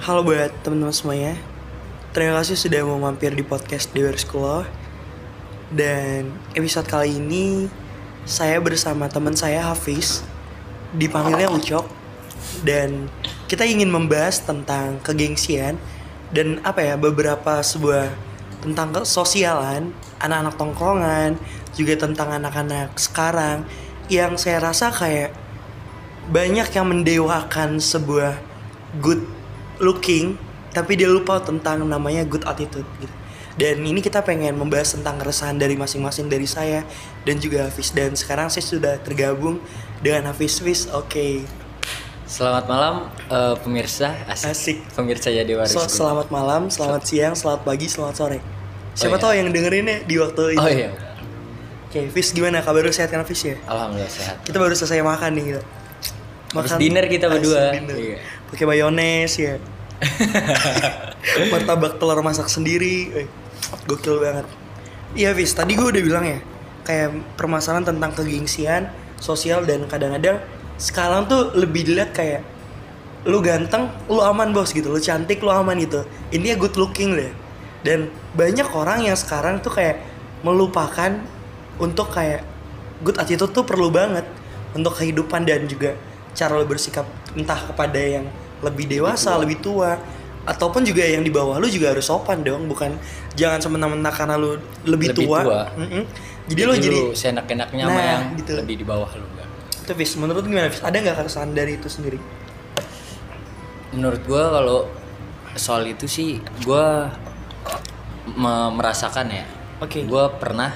Halo buat teman-teman semuanya. Terima kasih sudah mau mampir di podcast Dewer School. Dan episode kali ini saya bersama teman saya Hafiz, dipanggilnya Ucok. Dan kita ingin membahas tentang kegengsian dan beberapa sebuah tentang kesosialan, anak-anak tongkrongan, juga tentang anak-anak sekarang yang saya rasa kayak banyak yang mendewakan sebuah good looking, tapi dia lupa tentang namanya good attitude gitu. Dan ini kita pengen membahas tentang keresahan dari masing-masing dari saya dan juga Hafiz. Dan sekarang saya sudah tergabung dengan Hafiz. Oke. Selamat malam pemirsa Asik. Pemirsa jadi waris. Selamat malam, selamat siang, selamat pagi, selamat sore. Siapa tahu yang dengerinnya di waktu ini. Oh iya. Oke, Fiz, gimana kabar lu, sehat kan Fiz ya? Alhamdulillah sehat. Kita baru selesai makan nih gitu. Habis dinner kita berdua. Iya. Pakai mayones ya. Martabak telur masak sendiri. Gokil banget. Iya Fiz, tadi gue udah bilang ya, kayak permasalahan tentang kegengsian sosial dan kadang-kadang sekarang tuh lebih dilihat kayak lu ganteng, lu aman bos gitu, lu cantik, lu aman gitu. Intinya good looking deh. Dan banyak orang yang sekarang tuh kayak melupakan untuk kayak good attitude tuh perlu banget untuk kehidupan dan juga cara lu bersikap entah kepada yang lebih dewasa, lebih tua, ataupun juga yang di bawah lu juga harus sopan dong, bukan jangan semena-mena karena lu lebih tua. Jadi lu jadi seenak-enaknya sama yang gitu. Lebih di bawah lu kan. Itu Fis, menurut gimana Fis? Ada nggak keresahan dari itu sendiri? Menurut gue kalau soal itu sih gue merasakan ya. Oke. Gue pernah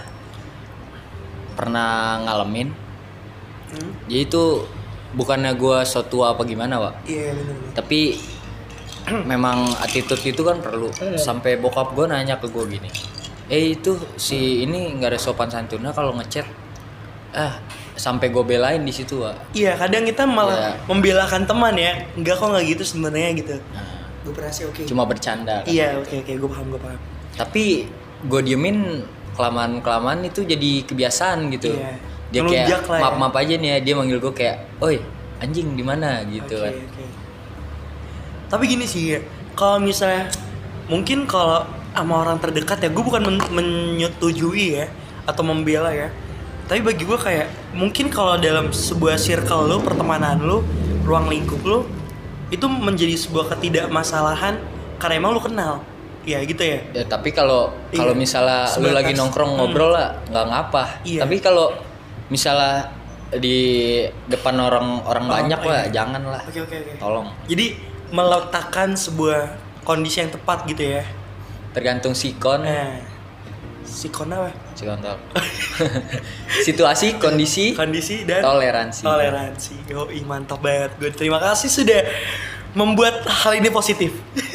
ngalamin. Jadi itu bukannya gue so tua apa gimana, Pak. Iya benar. Tapi memang attitude itu kan perlu. Sampai bokap gue nanya ke gue gini, itu si ini nggak ada sopan santunnya kalau ngechat. Sampai gue belain di situ, Pak. Iya, kadang kita malah membelakan teman ya. Enggak kok, nggak gitu sebenarnya gitu. Gue berhasil, oke. Cuma bercanda kan? Iya, oke, gue paham. Tapi gue diemin kelamaan itu jadi kebiasaan gitu. Iya. Dia Ngelunjak kayak lah maaf aja nih ya, dia manggil gue kayak, "Oi, anjing di mana?" gitu kan. Oke. Tapi gini sih ya, kalau misalnya mungkin kalau sama orang terdekat ya, gue bukan menyetujui ya atau membela ya. Tapi bagi gue kayak mungkin kalau dalam sebuah circle lo, pertemanan lo, ruang lingkup lo, itu menjadi sebuah ketidakmasalahan karena emang lo kenal. Ya gitu ya. Ya tapi kalau misalnya lu lagi nongkrong ngobrol lah nggak ngapa. Iya. Tapi kalau misalnya di depan orang banyak lah, jangan lah. Oke. Tolong. Jadi meletakkan sebuah kondisi yang tepat gitu ya. Tergantung sikon. Sikon apa? Sikon tol. Situasi, kondisi dan toleransi. Yoi, mantap banget. Gue terima kasih sudah membuat hal ini positif.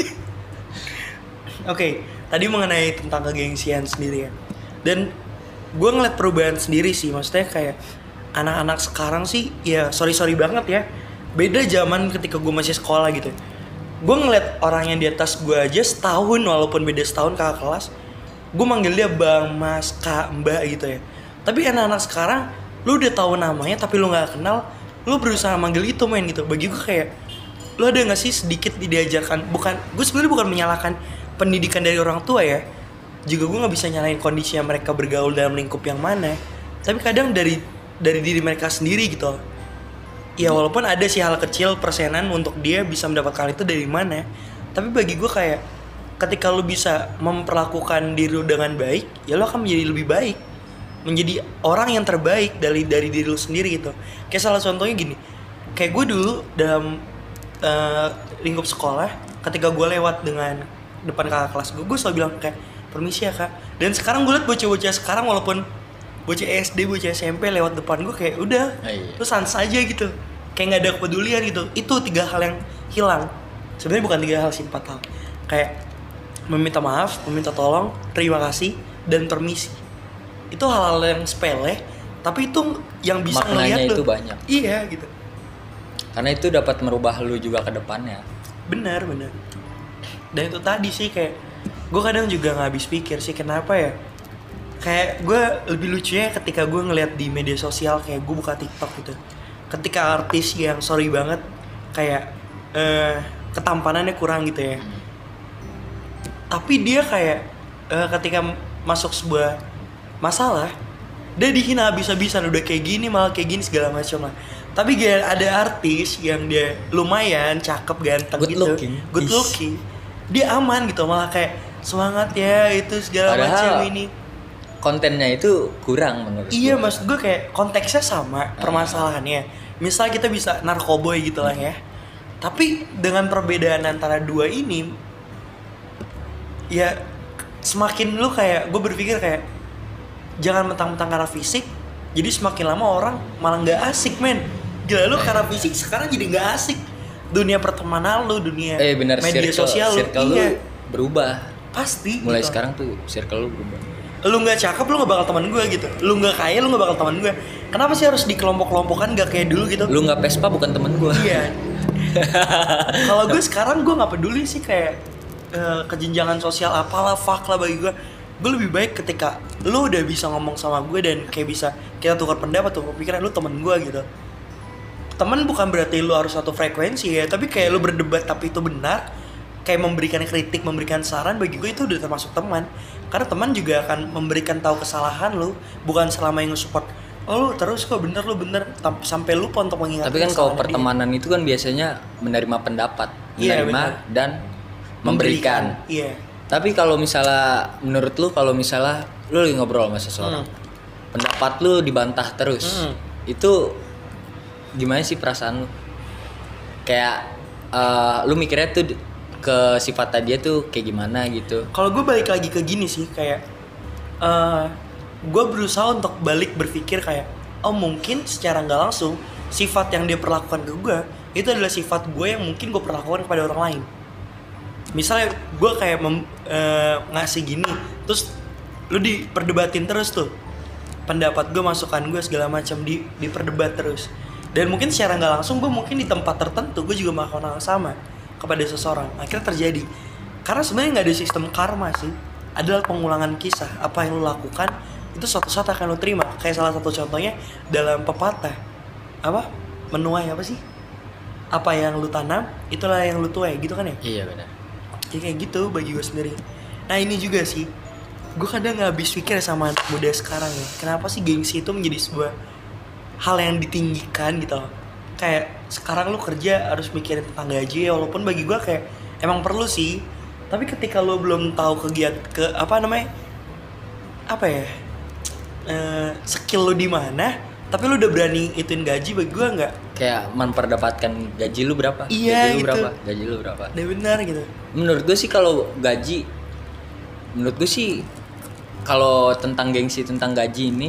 Oke, tadi mengenai tentang kegengsian sendiri ya. Dan gue ngeliat perubahan sendiri sih, maksudnya kayak anak-anak sekarang sih ya sorry banget ya, beda zaman ketika gue masih sekolah gitu. Gue ngeliat orang yang di atas gue aja setahun, walaupun beda setahun kakak kelas, gue manggil dia bang, mas, kak, mbak gitu ya. Tapi anak-anak sekarang, lu udah tahu namanya tapi lu nggak kenal, lu berusaha manggil itu main gitu. Bagi gue kayak, lu ada nggak sih sedikit diajarkan? Gue sebenarnya bukan menyalahkan pendidikan dari orang tua ya. Juga gue nggak bisa nyalain kondisinya mereka bergaul dalam lingkup yang mana. Tapi kadang dari diri mereka sendiri gitu. Ya walaupun ada sih hal kecil persenan untuk dia bisa mendapatkan itu dari mana. Tapi bagi gue kayak ketika lu bisa memperlakukan diri lu dengan baik, ya lu akan menjadi lebih baik, menjadi orang yang terbaik dari diri lu sendiri gitu. Kayak salah contohnya gini, kayak gue dulu dalam lingkup sekolah, ketika gue lewat dengan depan kakak kelas gue selalu bilang kayak permisi ya kak. Dan sekarang gue liat bocah-bocah sekarang, walaupun bocah SD, bocah SMP lewat depan gue kayak udah, lu sans aja gitu, kayak nggak ada kepedulian gitu. Itu 3 hal yang hilang. Sebenarnya bukan 3 hal sih, 4 hal. Kayak meminta maaf, meminta tolong, terima kasih, dan permisi. Itu hal-hal yang sepele, tapi itu yang bisa ngeliat itu lu. banyak. Iya gitu. Karena itu dapat merubah lu juga ke depannya. Benar. Dan itu tadi sih kayak gue kadang juga nggak habis pikir sih kenapa ya. Kayak gue lebih lucunya ketika gue ngeliat di media sosial, kayak gue buka TikTok gitu. Ketika artis yang sorry banget kayak ketampanannya kurang gitu ya. Tapi dia kayak ketika masuk sebuah masalah, dia dihina habis-habisan, udah kayak gini malah kayak gini segala macam lah. Tapi ada artis yang dia lumayan cakep, ganteng Good gitu, good looking. looking, dia aman gitu, malah kayak semangat ya itu segala macam ini. Kontennya itu kurang menurut Iya, gua. maksud gue kayak konteksnya sama permasalahannya. Misal kita bisa narkoboy gitu lah ya. Tapi dengan perbedaan antara dua ini, ya semakin lu kayak, gue berpikir kayak jangan mentang-mentang karena fisik, jadi semakin lama orang malah nggak asik men. Gila, lu karena fisik sekarang jadi nggak asik. Dunia pertemanan lu, dunia Bener, media sosial lu, circle lu berubah. pasti. Mulai gitu. sekarang tuh circle lu berubah. Lu nggak cakep, lu nggak bakal teman gue gitu. Lu nggak kaya, lu nggak bakal teman gue. Kenapa sih harus dikelompok-kelompokkan, nggak kayak dulu gitu? Lu nggak Vespa bukan temen gua. Iya. Kalau gue sekarang gue nggak peduli sih kayak kejenjangan sosial apalah, fuck lah bagi gue. Gue lebih baik ketika lu udah bisa ngomong sama gue dan kayak bisa kita tukar pendapat, tukar pikiran, lu temen gue gitu. Temen bukan berarti lu harus satu frekuensi ya, tapi kayak lu berdebat tapi itu benar, kayak memberikan kritik, memberikan saran, bagi gue itu udah termasuk teman. Karena teman juga akan memberikan tahu kesalahan lu, bukan selama yang nge-support. Oh lu terus kok bener, lu bener, sampai lupa untuk mengingatkan. Tapi kan kalau kesalahan dia. pertemanan itu kan biasanya menerima pendapat, Iya, menerima benar. dan memberikan. Iya. Tapi kalau misalnya menurut lu, kalau misalnya lu lagi ngobrol sama seseorang, pendapat lu dibantah terus, itu gimana sih perasaan lu? Kayak lu mikirnya tuh ke sifat dia tuh kayak gimana gitu? Kalau gue balik lagi ke gini sih, kayak gue berusaha untuk balik berpikir kayak, oh mungkin secara nggak langsung sifat yang dia perlakukan ke gue itu adalah sifat gue yang mungkin gue perlakukan kepada orang lain. Misalnya gue kayak ngasih gini, terus lu diperdebatin terus tuh pendapat gue, masukan gue segala macam diperdebat terus. Dan mungkin secara nggak langsung gue mungkin di tempat tertentu gue juga melakukan hal sama kepada seseorang. Akhirnya terjadi. Karena sebenarnya nggak ada sistem karma sih. Adalah pengulangan kisah. Apa yang lu lakukan itu suatu saat akan lu terima. Kayak salah satu contohnya dalam pepatah. Apa? Menuai apa sih? Apa yang lu tanam, itulah yang lu tuai, gitu kan ya? Iya benar. Ya kayak gitu bagi gue sendiri. Nah ini juga sih, gue kadang gak habis pikir sama anak muda sekarang ya. Kenapa sih gengsi itu menjadi sebuah hal yang ditinggikan gitu loh. Kayak sekarang lu kerja harus mikirin tentang gaji ya, walaupun bagi gue kayak emang perlu sih. Tapi ketika lu belum tahu skill lu di mana, tapi lu udah berani ituin gaji, bagi gue nggak. Kayak memperdapatkan gaji lu berapa? Iya, gaji lu gitu. berapa? Gaji lu berapa? Udah benar gitu. Menurut gue sih kalau gaji, menurut gue sih kalau tentang gengsi tentang gaji ini,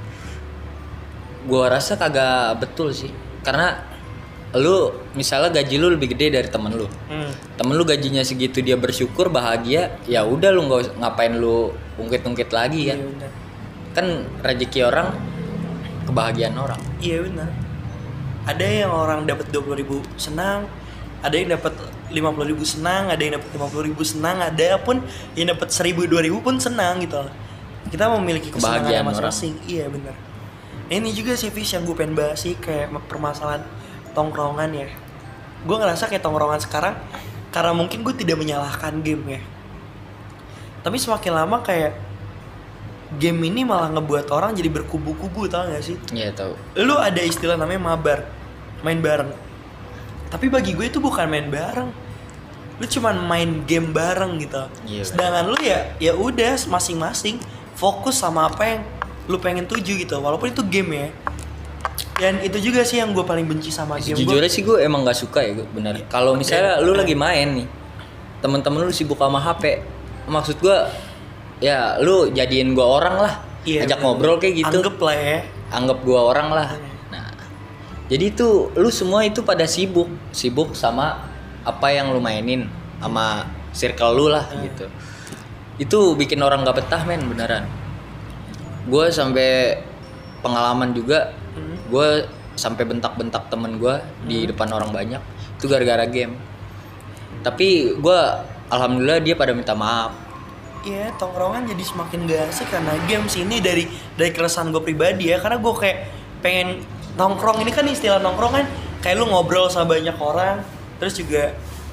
gue rasa kagak betul sih. Karena lu misalnya gaji lu lebih gede dari temen lu, temen lu gajinya segitu dia bersyukur bahagia, ya udah lu nggak ngapain lu ungkit-ungkit lagi kan? Iya benar. Kan rezeki orang, kebahagiaan orang. Iya benar. Ada yang orang dapat 20.000 senang, ada yang dapat 50.000 senang, ada yang dapat 50.000 senang, ada pun yang dapat 1.000 2.000 pun senang gitu loh. Kita memiliki kesenangan Kebahagiaan masing-masing. Iya benar. Nah, ini juga sih Fis yang gue pengen bahas sih, kayak permasalahan tongkrongan ya. Gue ngerasa kayak tongkrongan sekarang, karena mungkin gue tidak menyalahkan game ya, tapi semakin lama kayak game ini malah ngebuat orang jadi berkubu-kubu, tau gak sih? Iya tahu. Lu ada istilah namanya mabar, main bareng. Tapi bagi gue itu bukan main bareng, lu cuman main game bareng gitu. Iya, Sedangkan lu ya udah masing-masing fokus sama apa yang lu pengen tuju gitu, walaupun itu game ya. Dan itu juga sih yang gue paling benci sama game. Jujurnya sih gue emang nggak suka ya, gue benar. Kalau misalnya lu lagi main nih, temen-temen lu sibuk sama HP, maksud gue ya lu jadiin gue orang lah, ajak ngobrol kayak gitu. Anggap lah ya. Anggap gue orang lah. Nah, jadi tuh lu semua itu pada sibuk sama apa yang lu mainin, sama circle lu lah gitu. Itu bikin orang nggak betah men, beneran. Gue sampai pengalaman juga. Gue sampai bentak-bentak temen gue di depan orang banyak itu gara-gara game. Tapi gue alhamdulillah dia pada minta maaf. Iya, tongkrongan jadi semakin gak asik karena games ini dari keresahan gue pribadi ya. Karena gue kayak pengen nongkrong, ini kan istilah nongkrong kan kayak lu ngobrol sama banyak orang, terus juga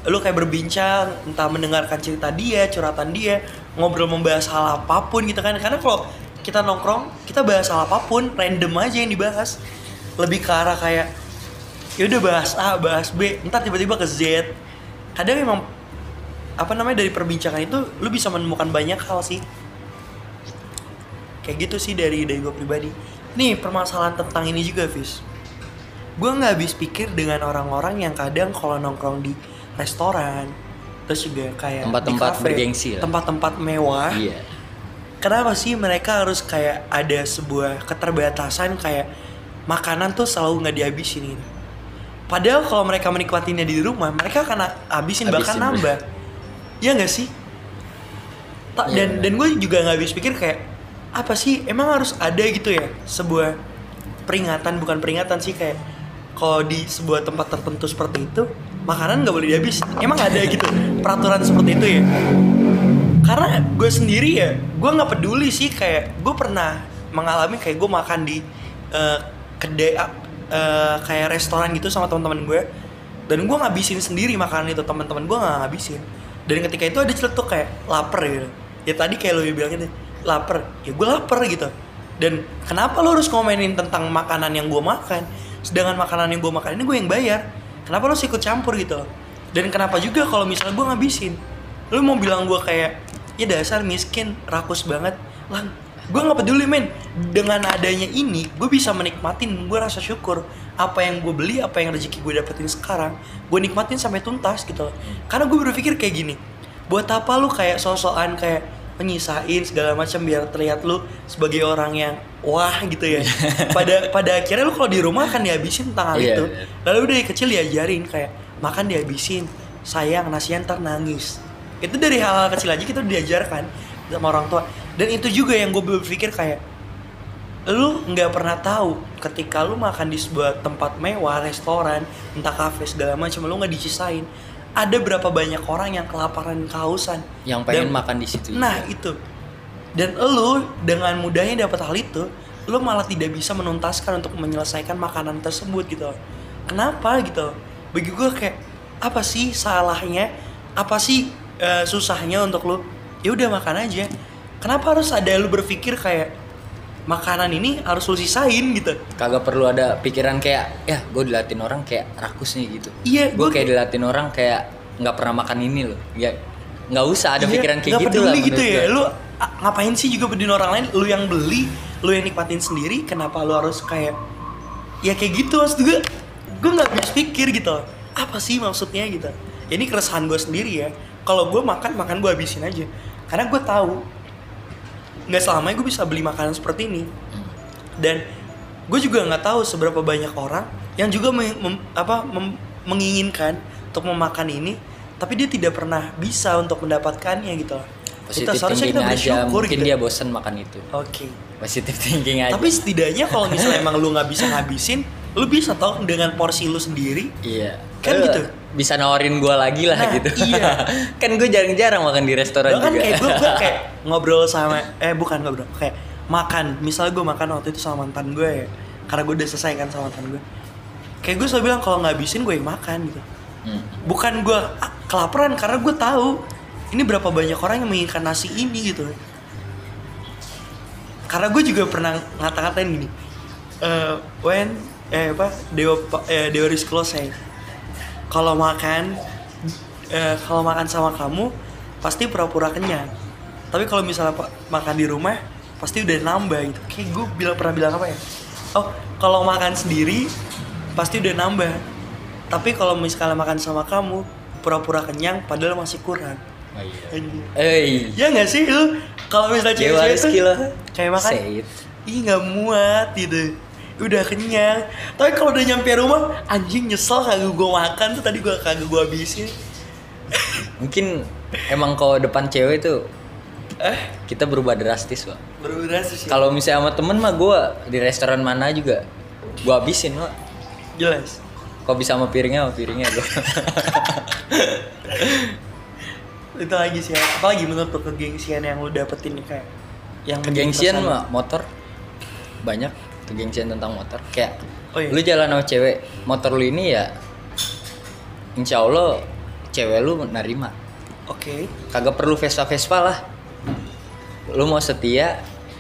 lu kayak berbincang, entah mendengarkan cerita dia, curhatan dia, ngobrol membahas hal apapun gitu kan. Karena kalau kita nongkrong, kita bahas hal apapun, random aja yang dibahas. Lebih ke arah kayak ya udah bahas A, bahas B, entar tiba-tiba ke Z. Kadang memang dari perbincangan itu lu bisa menemukan banyak hal sih. Kayak gitu sih dari gue pribadi. Nih permasalahan tentang ini juga, Fis. Gue nggak habis pikir dengan orang-orang yang kadang kalau nongkrong di restoran, terus juga kayak tempat-tempat di cafe, bergengsi lah. tempat-tempat mewah. Iya. Kenapa sih mereka harus kayak ada sebuah keterbatasan kayak makanan tuh selalu nggak dihabisin gitu. Padahal kalau mereka menikmatinya di rumah, mereka akan habisin bahkan nambah. Iya nggak sih? Dan gue juga nggak habis pikir kayak apa sih emang harus ada gitu ya sebuah peringatan, bukan peringatan sih, kayak kalau di sebuah tempat tertentu seperti itu makanan nggak boleh dihabis. Emang ada gitu peraturan seperti itu ya? Karena gue sendiri ya, gue nggak peduli sih, kayak gue pernah mengalami kayak gue makan di kedai kayak restoran gitu sama teman-teman gue, dan gue ngabisin sendiri makanan itu, teman-teman gue nggak ngabisin. Dan ketika itu ada celetuk kayak lapar gitu. Ya tadi kayak lo bilang gitu, lapar. Ya gue lapar gitu. Dan kenapa lo harus ngomenin tentang makanan yang gue makan, sedangkan makanan yang gue makan ini gue yang bayar? Kenapa lo sih ikut campur gitu loh? Dan kenapa juga kalau misalnya gue ngabisin, lo mau bilang gue kayak ya dasar miskin, rakus banget lah. Gue nggak peduli men. Dengan adanya ini gue bisa menikmatin, gue rasa syukur apa yang gue beli, apa yang rezeki gue dapetin sekarang, gue nikmatin sampai tuntas gitu loh. Karena gue berpikir kayak gini, buat apa lu kayak sosokan kayak penyisain segala macam biar terlihat lu sebagai orang yang wah gitu ya. Pada akhirnya lu kalau di rumah kan dihabisin tentang hal itu. Lalu dari kecil diajarin kayak makan dihabisin, sayang nasinya ntar nangis. Itu dari hal-hal kecil aja kita diajarkan sama orang tua. Dan itu juga yang gue berpikir kayak lu nggak pernah tahu ketika lu makan di sebuah tempat mewah, restoran, entah kafe segala macam, lu nggak dicisain. Ada berapa banyak orang yang kelaparan, kehausan, yang pengen makan di situ. Nah juga. Itu. Dan lu dengan mudahnya dapat hal itu, lu malah tidak bisa menuntaskan untuk menyelesaikan makanan tersebut gitu. Kenapa gitu? Bagi gue kayak apa sih salahnya? Apa sih susahnya untuk lu? Ya udah makan aja. Kenapa harus ada lu berpikir kayak makanan ini harus lu sisain gitu? Kagak perlu ada pikiran kayak ya gue dilatin orang kayak rakus nih gitu. Iya, gue kayak dilatin orang kayak nggak pernah makan ini loh. Ya nggak usah ada pikiran kayak gitu lah. Nggak peduli gitu ya. Lu ngapain sih juga beliin orang lain? Lu yang beli, lu yang nikmatin sendiri. Kenapa lu harus kayak ya kayak gitu? Maksud gue nggak habis pikir gitu. Apa sih maksudnya gitu? Ini keresahan gue sendiri ya. Kalau gue makan gue habisin aja. Karena gue tahu nggak selamanya gue bisa beli makanan seperti ini. Dan gue juga nggak tahu seberapa banyak orang yang juga menginginkan untuk memakan ini, tapi dia tidak pernah bisa untuk mendapatkannya gitu. Positive thinking aja, mungkin gitu. Dia bosen makan itu. Oke. Positive thinking aja. Tapi setidaknya kalau misalnya emang lu nggak bisa ngabisin, lu bisa tau dengan porsi lu sendiri. Iya. Kan gitu. Bisa nawarin gue lagi lah gitu. Iya. Kan gue jarang-jarang makan di restoran juga. Kan kayak gue kayak ngobrol sama bukan ngobrol, kayak makan. Misalnya gue makan waktu itu sama mantan gue ya, karena gue udah selesai kan sama mantan gue. Kayak gue selalu bilang kalau nggak habisin gue yang makan gitu. Bukan gue kelaparan, karena gue tahu ini berapa banyak orang yang menginginkan nasi ini gitu. Karena gue juga pernah ngata-ngatain gini, Dewa Rizky say, kalau makan sama kamu pasti pura-pura kenyang. Tapi kalau misalnya makan di rumah pasti udah nambah gitu. Kayak gue pernah bilang apa ya? Oh, kalau makan sendiri pasti udah nambah. Tapi kalau misalnya makan sama kamu pura-pura kenyang padahal masih kurang. Oh iya. Ya nggak sih lu? Kalau misalnya cewek itu kayak makan, ih nggak muat gitu. Udah kenyang, tapi kalau udah nyampe rumah anjing nyesel kagak gue makan tuh tadi kagak gue habisin. Mungkin emang kalau depan cewek tuh kita berubah drastis Pak. Berubah drastis ya? Kalau misalnya sama temen mah gue di restoran mana juga gue habisin Pak. Jelas. Kok bisa sama piringnya gue. Itu lagi sih, apalagi menurut kegengsian yang lu dapetin kayak yang kegengsian mah motor banyak. Kegengsian tentang motor kayak lu jalan sama cewek, motor lu ini ya insya Allah cewek lu nerima. Oke. Kagak perlu Vespa lah. Lu mau setia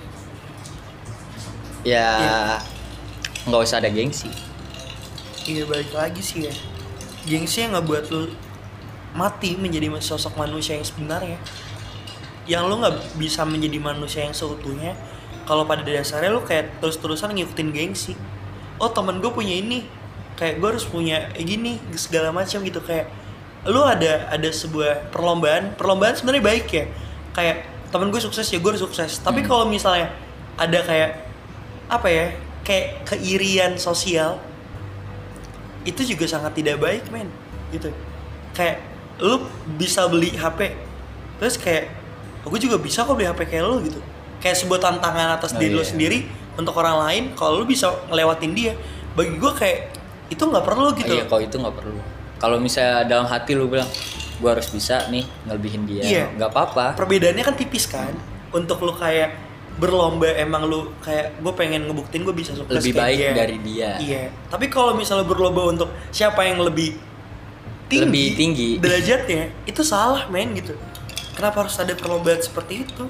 ya nggak usah ada gengsi. Iya, balik lagi sih ya. Gengsi yang nggak buat lu mati menjadi sosok manusia yang sebenarnya. Yang lu nggak bisa menjadi manusia yang seutuhnya kalau pada dasarnya lu kayak terus-terusan ngikutin gengsi. Oh, temen gue punya ini, kayak gue harus punya gini segala macam gitu. Kayak lu ada sebuah perlombaan sebenarnya baik ya. Kayak temen gue sukses ya gue harus sukses. Tapi kalau misalnya ada kayak apa ya, kayak keirian sosial, itu juga sangat tidak baik, men. Gitu. Kayak lu bisa beli HP, terus kayak gue juga bisa kok beli HP kayak lu gitu. Kayak sebuah tantangan atas diri lu sendiri untuk orang lain. Kalau lu bisa ngelewatin dia, bagi gue kayak itu nggak perlu gitu. Iya, kalau itu nggak perlu. Kalau misalnya dalam hati lu bilang gue harus bisa nih ngelebihin dia, nggak apa-apa. Perbedaannya kan tipis kan. Untuk lu kayak berlomba, emang lu kayak gue pengen ngebuktiin gue bisa sukses lebih kayak baik dia. dari dia. Iya. Tapi kalau misalnya berlomba untuk siapa yang lebih tinggi derajatnya, itu salah, men, gitu. Kenapa harus ada perlombaan seperti itu?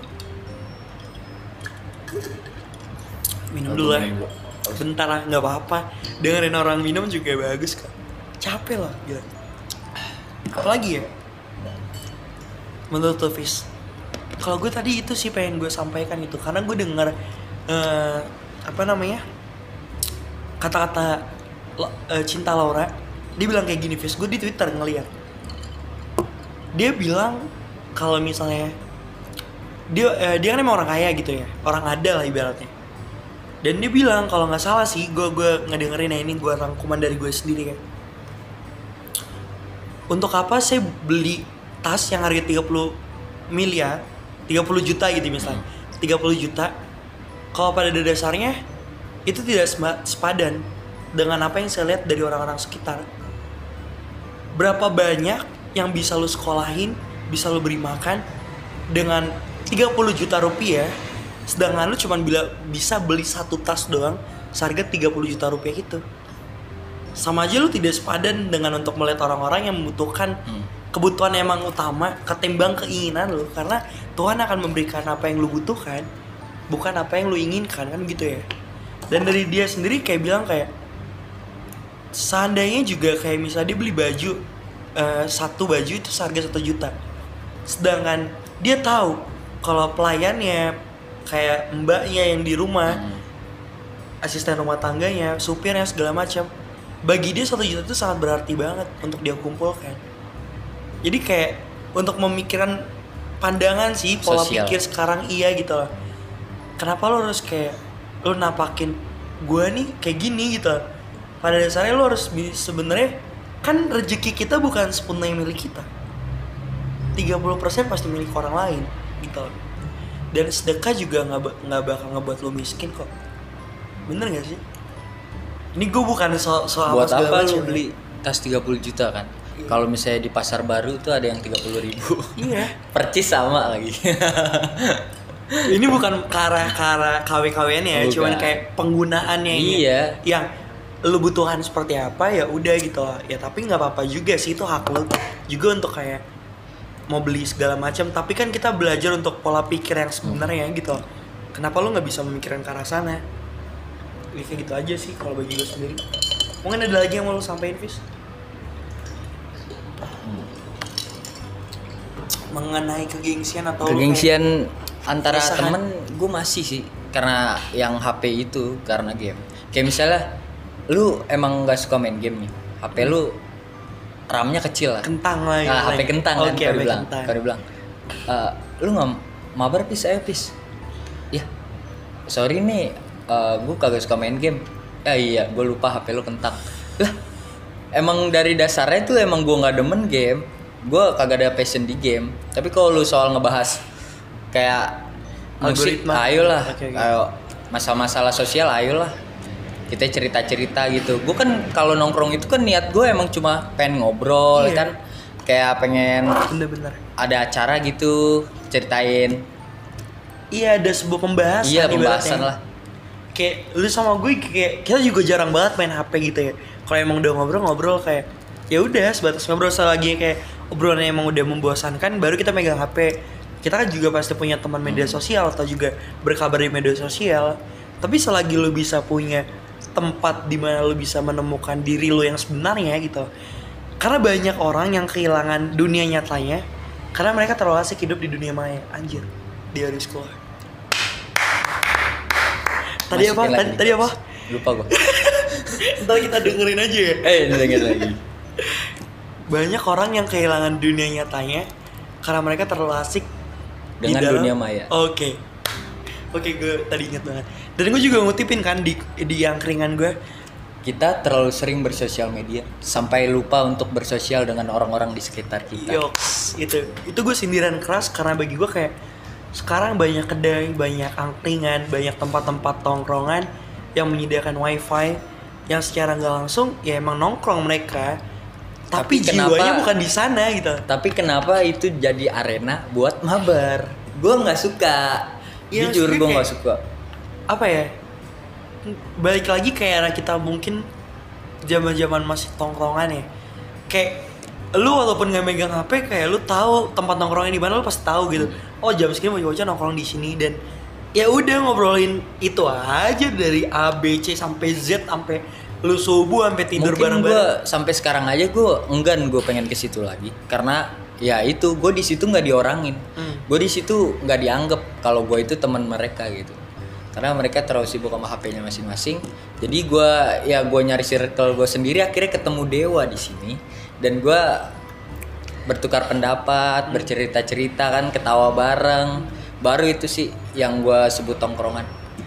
Minum dulu lah. Bentar lah, nggak apa-apa. Dengerin orang minum juga bagus kan. Capek lah, gila. Apalagi ya? Menurut Fis, kalau gue tadi itu sih pengen gue sampaikan itu, karena gue dengar kata-kata Cinta Laura. Dia bilang kayak gini, Fis. Gue di Twitter ngeliat. Dia bilang kalau misalnya dia kan emang orang kaya gitu ya, orang ada lah ibaratnya. Dan dia bilang kalau nggak salah sih, gue ngedengerin ya, ini gue rangkuman dari gue sendiri kan. Untuk apa saya beli tas yang harga 30 miliar, 30 juta gitu misalnya, 30 juta, kalau pada dasarnya itu tidak sepadan dengan apa yang saya lihat dari orang-orang sekitar. Berapa banyak yang bisa lu sekolahin, bisa lu beri makan dengan 30 juta rupiah, sedangkan lu cuma bisa beli satu tas doang seharga 30 juta rupiah itu. Sama aja lu tidak sepadan dengan untuk melihat orang-orang yang membutuhkan kebutuhan emang utama ketimbang keinginan lu, karena Tuhan akan memberikan apa yang lu butuhkan, bukan apa yang lu inginkan, kan gitu ya. Dan dari dia sendiri kayak bilang kayak seandainya juga kayak misalnya dia beli baju, satu baju itu seharga 1 juta, sedangkan dia tahu kalau pelayannya kayak mbaknya yang di rumah, asisten rumah tangganya, supirnya segala macam, bagi dia 1 juta itu sangat berarti banget untuk dia kumpulkan. Jadi kayak untuk memikirkan pandangan sih, pola sosial. pikir sekarang iya gitu loh. Kenapa lo harus kayak lo nampakin gue nih kayak gini gitu loh. Pada dasarnya lo harus sebenarnya kan rezeki kita bukan sepenuhnya milik kita. 30% pasti milik orang lain gitu loh. Dan sedekah juga nggak bakal ngebuat lo miskin kok. Bener gak sih? Ini gue bukan soal Buat apa macam, lu beli tas 30 juta kan? Iya. Kalau misalnya di pasar baru tuh ada yang 30.000. Iya. Percis sama lagi. Ini bukan ke arah KW-KW-an ya, Bukan. cuman kayak penggunaannya ini. Iya. Yang lu butuhan seperti apa ya udah gitu loh. Ya tapi nggak apa-apa juga sih, itu hak lu juga untuk kayak mau beli segala macam. Tapi kan kita belajar untuk pola pikir yang sebenarnya gitu loh. Kenapa lu nggak bisa memikirkan ke arah sana? Ya, kayak gitu aja sih kalau bagi gue sendiri. Mungkin ada lagi yang mau lu sampein, Fis? Mengenai kegengsian atau Kegengsian antara keresahan? temen gue masih sih, karena yang HP itu karena game. Kayak misalnya lu emang nggak suka main game nih, HP lu RAM-nya kecil lah. Kentang lah. Nah, HP kentang kan, Oke, kalau HP dibilang. kentang. Kalau dibilang, lu nggak mabar pis, ayo pis. Ya, sorry nih, gue kagak suka main game. Iya, gue lupa HP lu kentang. Lah, emang dari dasarnya tuh emang gue nggak demen game. Gue kagak ada passion di game. Tapi kalau lu soal ngebahas kayak musik, Algoritma. ayolah, Oke. ayo masalah-masalah sosial, ayolah. Kita cerita-cerita gitu. Gue kan kalau nongkrong itu kan niat gue emang cuma pengen ngobrol, Iya. kan kayak pengen Bener-bener. ada acara gitu, ceritain. Iya, ada sebuah pembahasan. Iya, pembahasan ibaratnya. lah. Kayak lu sama gue kayak kita juga jarang banget main HP gitu ya. Kalau emang udah ngobrol kayak ya udah sebatas ngobrol selagi kayak obrolannya emang udah membosankan, baru kita megang HP. Kita kan juga pasti punya teman media sosial atau juga berkabar di media sosial. Tapi selagi lu bisa punya tempat di mana lu bisa menemukan diri lu yang sebenarnya gitu. Karena banyak orang yang kehilangan dunia nyatanya karena mereka terlalu asik hidup di dunia maya. Anjir, dia harus keluar. Tadi apa? Tadi apa? Lupa gua. Ntar kita dengerin aja ya. Dengerin lagi. Banyak orang yang kehilangan dunia nyatanya karena mereka terlalu asik dengan di dalam dunia maya. Oke, gue tadi inget banget. Dan gue juga ngutipin kan di angkringan gue. Kita terlalu sering bersosial media sampai lupa untuk bersosial dengan orang-orang di sekitar kita. Yoks, itu gue sindiran keras karena bagi gue kayak sekarang banyak kedai, banyak angkringan, banyak tempat-tempat tongkrongan yang menyediakan wifi yang secara nggak langsung ya emang nongkrong mereka, tapi jiwanya bukan di sana gitu. Tapi kenapa itu jadi arena buat mabar? Gue nggak suka. Ya, jujur gue nggak suka. Apa ya? Balik lagi kayak era kita mungkin zaman-zaman masih tongkrongan ya. Kayak lu walaupun nggak megang HP, kayak lu tahu tempat nongkrongnya di mana, lu pasti tahu gitu. Oh jam segini bocah nongkrong di sini, dan ya udah ngobrolin itu aja dari A B C sampai Z sampai lu subuh sampai tidur bareng-bareng. Mungkin gue sampai sekarang aja gue enggan gue pengen ke situ lagi karena ya itu gue di situ nggak diorangin, gue di situ nggak dianggap kalau gue itu teman mereka gitu. Karena mereka terlalu sibuk sama HP-nya masing-masing. Jadi gue nyari circle gue sendiri, akhirnya ketemu Dewa di sini dan gue bertukar pendapat, bercerita-cerita kan, ketawa bareng. Baru itu sih yang gue sebut tongkrongan.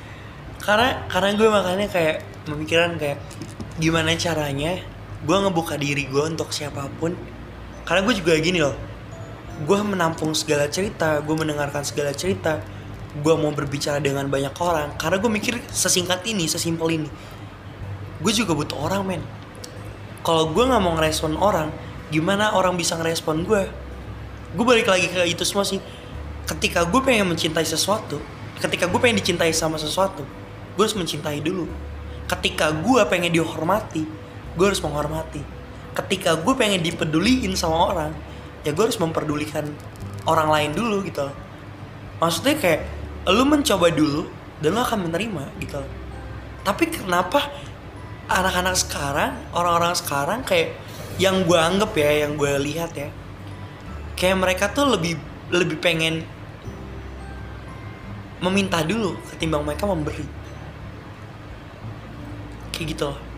Karena gue makanya kayak memikirkan kayak gimana caranya gue ngebuka diri gue untuk siapapun. Karena gue juga gini loh, gue menampung segala cerita, gue mendengarkan segala cerita, gue mau berbicara dengan banyak orang. Karena gue mikir sesingkat ini, sesimpel ini, gue juga butuh orang men. Kalau gue nggak mau ngerespon orang, gimana orang bisa ngerespon gue? Gue balik lagi ke itu semua sih. Ketika gue pengen mencintai sesuatu, ketika gue pengen dicintai sama sesuatu, gue harus mencintai dulu. Ketika gue pengen dihormati, gue harus menghormati. Ketika gue pengen dipeduliin sama orang, ya gue harus memperdulikan orang lain dulu gitu loh. Maksudnya kayak lu mencoba dulu dan lu akan menerima gitu loh. Tapi kenapa anak-anak sekarang, orang-orang sekarang kayak yang gue anggap ya, yang gue lihat ya, kayak mereka tuh lebih pengen meminta dulu ketimbang mereka memberi. Kayak gitu loh.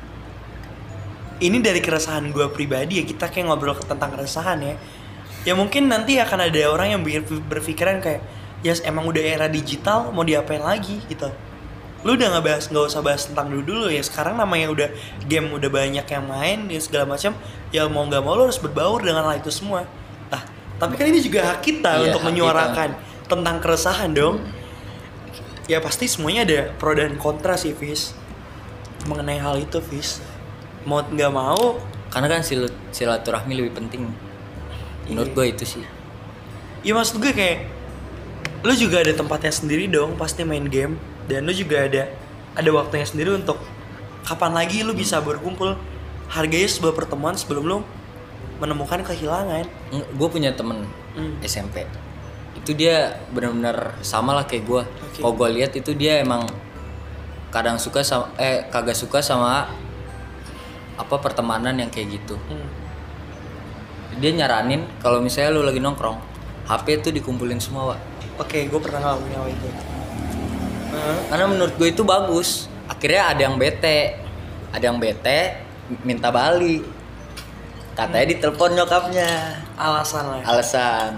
Ini dari keresahan gue pribadi ya, kita kayak ngobrol tentang keresahan ya. Ya mungkin nanti akan ada orang yang berpikiran kayak, ya emang udah era digital, mau diapain lagi gitu. Lu udah nggak usah bahas tentang dulu ya. Sekarang namanya udah game, udah banyak yang main ya segala macam. Ya mau nggak mau lu harus berbaur dengan hal itu semua. Nah, tapi kan ini juga hak kita untuk menyuarakan tentang keresahan dong. Ya pasti semuanya ada pro dan kontra sih, Fis, mengenai hal itu, Fis. Mau nggak mau, karena kan silaturahmi lebih penting. Menurut gue itu sih. Ya maksud gue kayak lu juga ada tempatnya sendiri dong pasti main game, dan lu juga ada waktunya sendiri untuk kapan lagi lu bisa berkumpul. Harganya sebuah pertemuan sebelum lu menemukan kehilangan. Gue punya temen SMP, itu dia benar-benar sama lah kayak gue. Kalau gue lihat itu dia emang kadang suka sama kagak suka sama apa pertemanan yang kayak gitu. Dia nyaranin kalau misalnya lu lagi nongkrong, HP tuh dikumpulin semua, Wak. Oke, gue pernah ngalamin hal itu. Karena menurut gue itu bagus. Akhirnya ada yang bete minta balik. Katanya ditelepon nyokapnya. Alasan.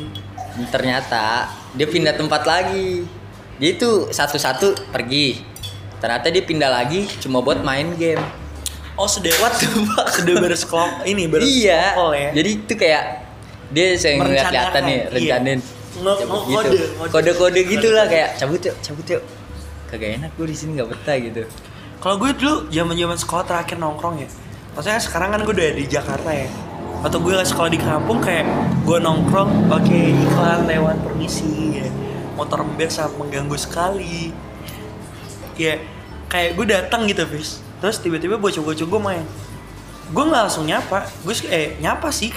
Ternyata dia pindah tempat lagi. Dia itu satu-satu pergi. Ternyata dia pindah lagi cuma buat main game. Oh sudah bersekolah ini iya ya. Jadi itu kayak dia saya ngeliat-liatan nih rencanain kode-kode gitulah, kayak cabut yuk kagak enak gue di sini nggak betah gitu. Kalau gue dulu zaman sekolah terakhir nongkrong ya, maksudnya sekarang kan gue udah di Jakarta ya, atau gue sekolah di kampung, kayak gue nongkrong pakai iklan lewat permisi ya, motor mobil sangat mengganggu sekali ya. Kayak gue datang gitu, Fis, terus tiba-tiba bocah-bocah gue main, gue nggak langsung nyapa, gue nyapa sih kayak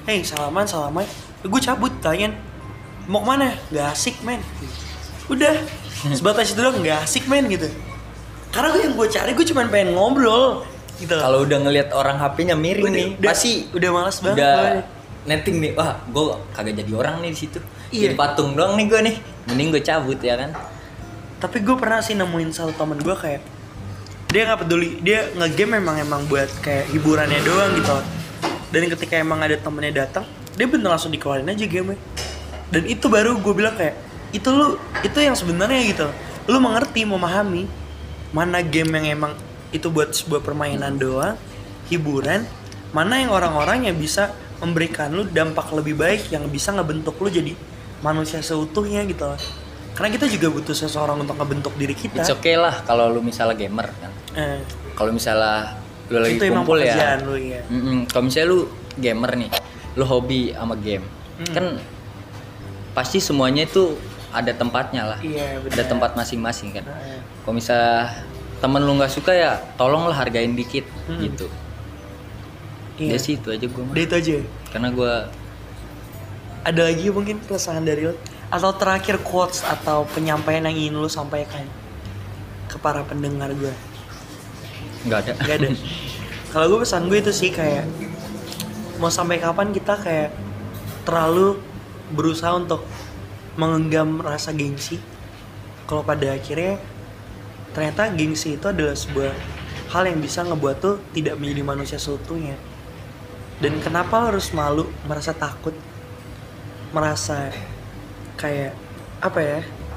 hey salaman, gue cabut, tanyain mau kemana, nggak asik men, udah sebatas itu doang, nggak asik men gitu. Karena yang gue cari gue cuma pengen ngobrol gitu. Kalau udah ngelihat orang HP-nya miring nih, pasti udah malas banget. Udah netting nih, wah gue kagak jadi orang nih di situ. Iya. Jadi patung doang nih gue nih, mending gue cabut ya kan. Tapi gue pernah sih nemuin satu temen gue kayak dia nggak peduli, dia nge-game emang buat kayak hiburannya doang gitu. Dan ketika emang ada temennya datang, dia bener langsung dikeluarin aja game-nya. Dan itu baru gue bilang kayak itu yang sebenarnya gitu. Lu mengerti, memahami mana game yang emang itu buat sebuah permainan doang, hiburan, mana yang orang-orang yang bisa memberikan lu dampak lebih baik yang bisa ngebentuk lu jadi manusia seutuhnya gitu. Karena kita juga butuh seseorang untuk ngebentuk diri kita. It's okay lah kalau lu misalnya gamer kan. Kalau misalnya lu lagi itu kumpul ya. Lu, ya. Kalau misalnya lu gamer nih, lu hobi sama game, kan pasti semuanya itu ada tempatnya lah. Iya, benar. Ada tempat masing-masing kan. Kalau misalnya temen lu nggak suka ya, tolonglah hargain dikit gitu. Iya. Dia sih itu aja gue. Dia itu aja. Karena gue ada lagi mungkin keresahan dari lo atau terakhir quotes atau penyampaian yang ingin lo sampaikan ke para pendengar gue? nggak ada. Kalau gue pesan gue itu sih kayak mau sampai kapan kita kayak terlalu berusaha untuk menggenggam rasa gengsi, kalau pada akhirnya ternyata gengsi itu adalah sebuah hal yang bisa ngebuat tuh tidak menjadi manusia seutuhnya. Dan kenapa lo harus malu, merasa takut, merasa kayak apa ya,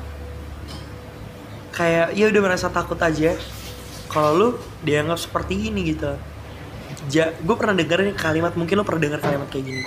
kayak ya udah merasa takut aja kalau lu dianggap seperti ini gitu. Gue pernah dengar kalimat, mungkin lo pernah dengar kalimat kayak gini,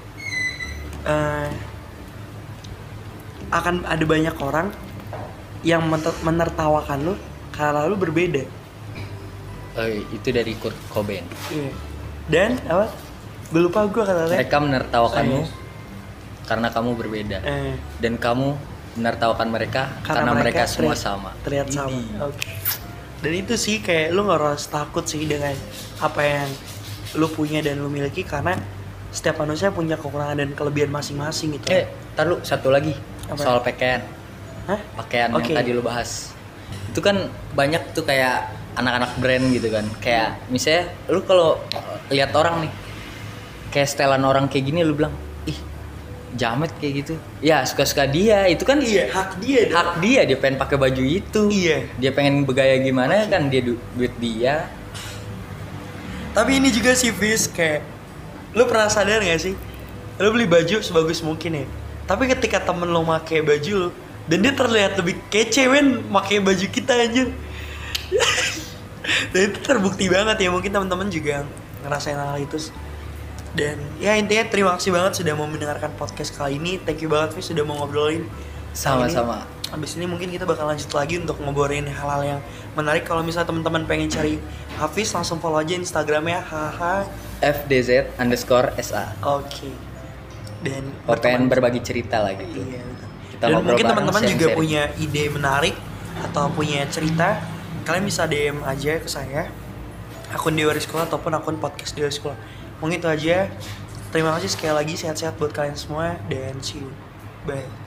akan ada banyak orang yang menertawakan lu karena lu berbeda. Itu dari Kurt Cobain. Iya. Dan apa? Gue lupa gue kata-katanya. Mereka menertawakanmu karena kamu berbeda. Dan kamu menertawakan mereka karena mereka semua sama. Terlihat sama. Oke. Dan itu sih kayak lu nggak harus takut sih dengan apa yang lu punya dan lu miliki, karena setiap manusia punya kekurangan dan kelebihan masing-masing gitu. Tar lu satu lagi. Apa? Soal pakaian. Hah? Pakaian yang tadi lu bahas. Itu kan banyak tuh kayak anak-anak brand gitu kan. Kayak misalnya lu kalau lihat orang nih, kayak setelan orang kayak gini, lu bilang, ih jamet kayak gitu. Ya suka-suka dia, itu kan iya, hak dia. Hak dia pengen pakai baju itu. Iya. Dia pengen bergaya gimana kan, dia duit dia. Tapi ini juga sih Fis, kayak lu pernah sadar gak sih? Lu beli baju sebagus mungkin ya, tapi ketika temen lo make baju lo dan dia terlihat lebih kece men make baju kita anjir. Dan itu terbukti banget ya, mungkin teman-teman juga ngerasain hal itu. Dan ya intinya terima kasih banget sudah mau mendengarkan podcast kali ini. Thank you banget Fis sudah mau ngobrolin. Sama-sama. Abis ini mungkin kita bakal lanjut lagi untuk ngobrolin hal-hal yang menarik. Kalau misalnya teman-teman pengen cari Hafiz, langsung follow aja Instagramnya FDZ_SA. Oke. Dan pengen berbagi cerita lah gitu. Iya, betul. Kita dan mungkin bareng, teman-teman juga sharing. punya ide menarik atau punya cerita, kalian bisa DM aja ke saya, akun Dewa Rizkula ataupun akun podcast Dewa Rizkula. Mungkin itu aja. Terima kasih sekali lagi, sehat-sehat buat kalian semua dan see you. Bye.